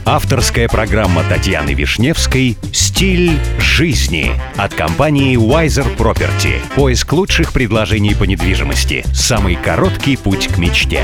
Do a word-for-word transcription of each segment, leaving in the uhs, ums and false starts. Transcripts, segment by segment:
Авторская программа Татьяны Вишневской «Стиль жизни» от компании Wiser Property. Поиск лучших предложений по недвижимости. Самый короткий путь к мечте.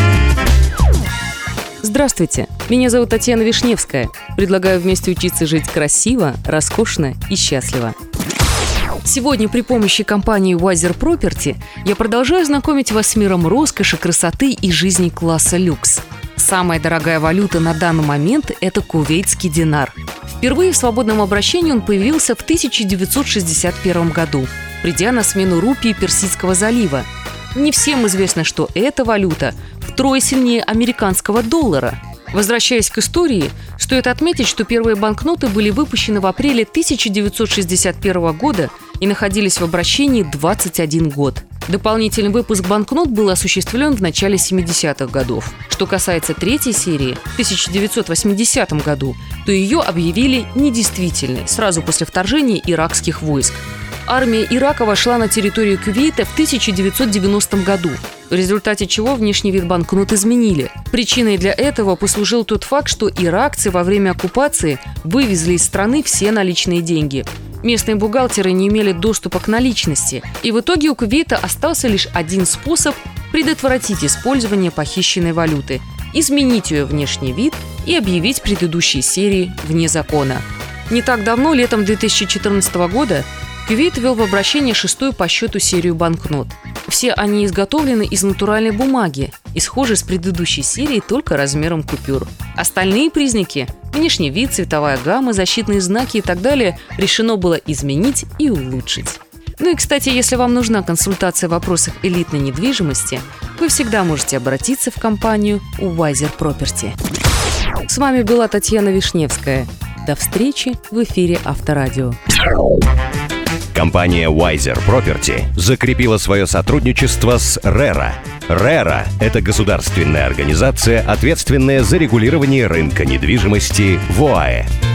Здравствуйте, меня зовут Татьяна Вишневская. Предлагаю вместе учиться жить красиво, роскошно и счастливо. Сегодня при помощи компании Wiser Property я продолжаю знакомить вас с миром роскоши, красоты и жизни класса люкс. Самая дорогая валюта на данный момент – это кувейтский динар. Впервые в свободном обращении он появился в тысяча девятьсот шестьдесят первом году, придя на смену рупии Персидского залива. Не всем известно, что эта валюта втрое сильнее американского доллара. Возвращаясь к истории, стоит отметить, что первые банкноты были выпущены в апреле тысяча девятьсот шестьдесят первого года и находились в обращении двадцать один год. Дополнительный выпуск банкнот был осуществлен в начале семидесятых годов. Что касается третьей серии, в тысяча девятьсот восьмидесятом году, то ее объявили недействительной сразу после вторжения иракских войск. Армия Ирака вошла на территорию Кувейта в тысяча девятьсот девяностом году, в результате чего внешний вид банкнот изменили. Причиной для этого послужил тот факт, что иракцы во время оккупации вывезли из страны все наличные деньги. Местные бухгалтеры не имели доступа к наличности, и в итоге у Кувейта остался лишь один способ предотвратить использование похищенной валюты – изменить ее внешний вид и объявить предыдущие серии вне закона. Не так давно, летом две тысячи четырнадцатого года, Кувейт ввел в обращение шестую по счету серию банкнот. Все они изготовлены из натуральной бумаги и схожи с предыдущей серией только размером купюр. Остальные признаки – внешний вид, цветовая гамма, защитные знаки и так далее – решено было изменить и улучшить. Ну и, кстати, если вам нужна консультация в вопросах элитной недвижимости, вы всегда можете обратиться в компанию Wiser Property. С вами была Татьяна Вишневская. До встречи в эфире Авторадио. Компания Wiser Property закрепила свое сотрудничество с рера. рера – это государственная организация, ответственная за регулирование рынка недвижимости в ОАЭ.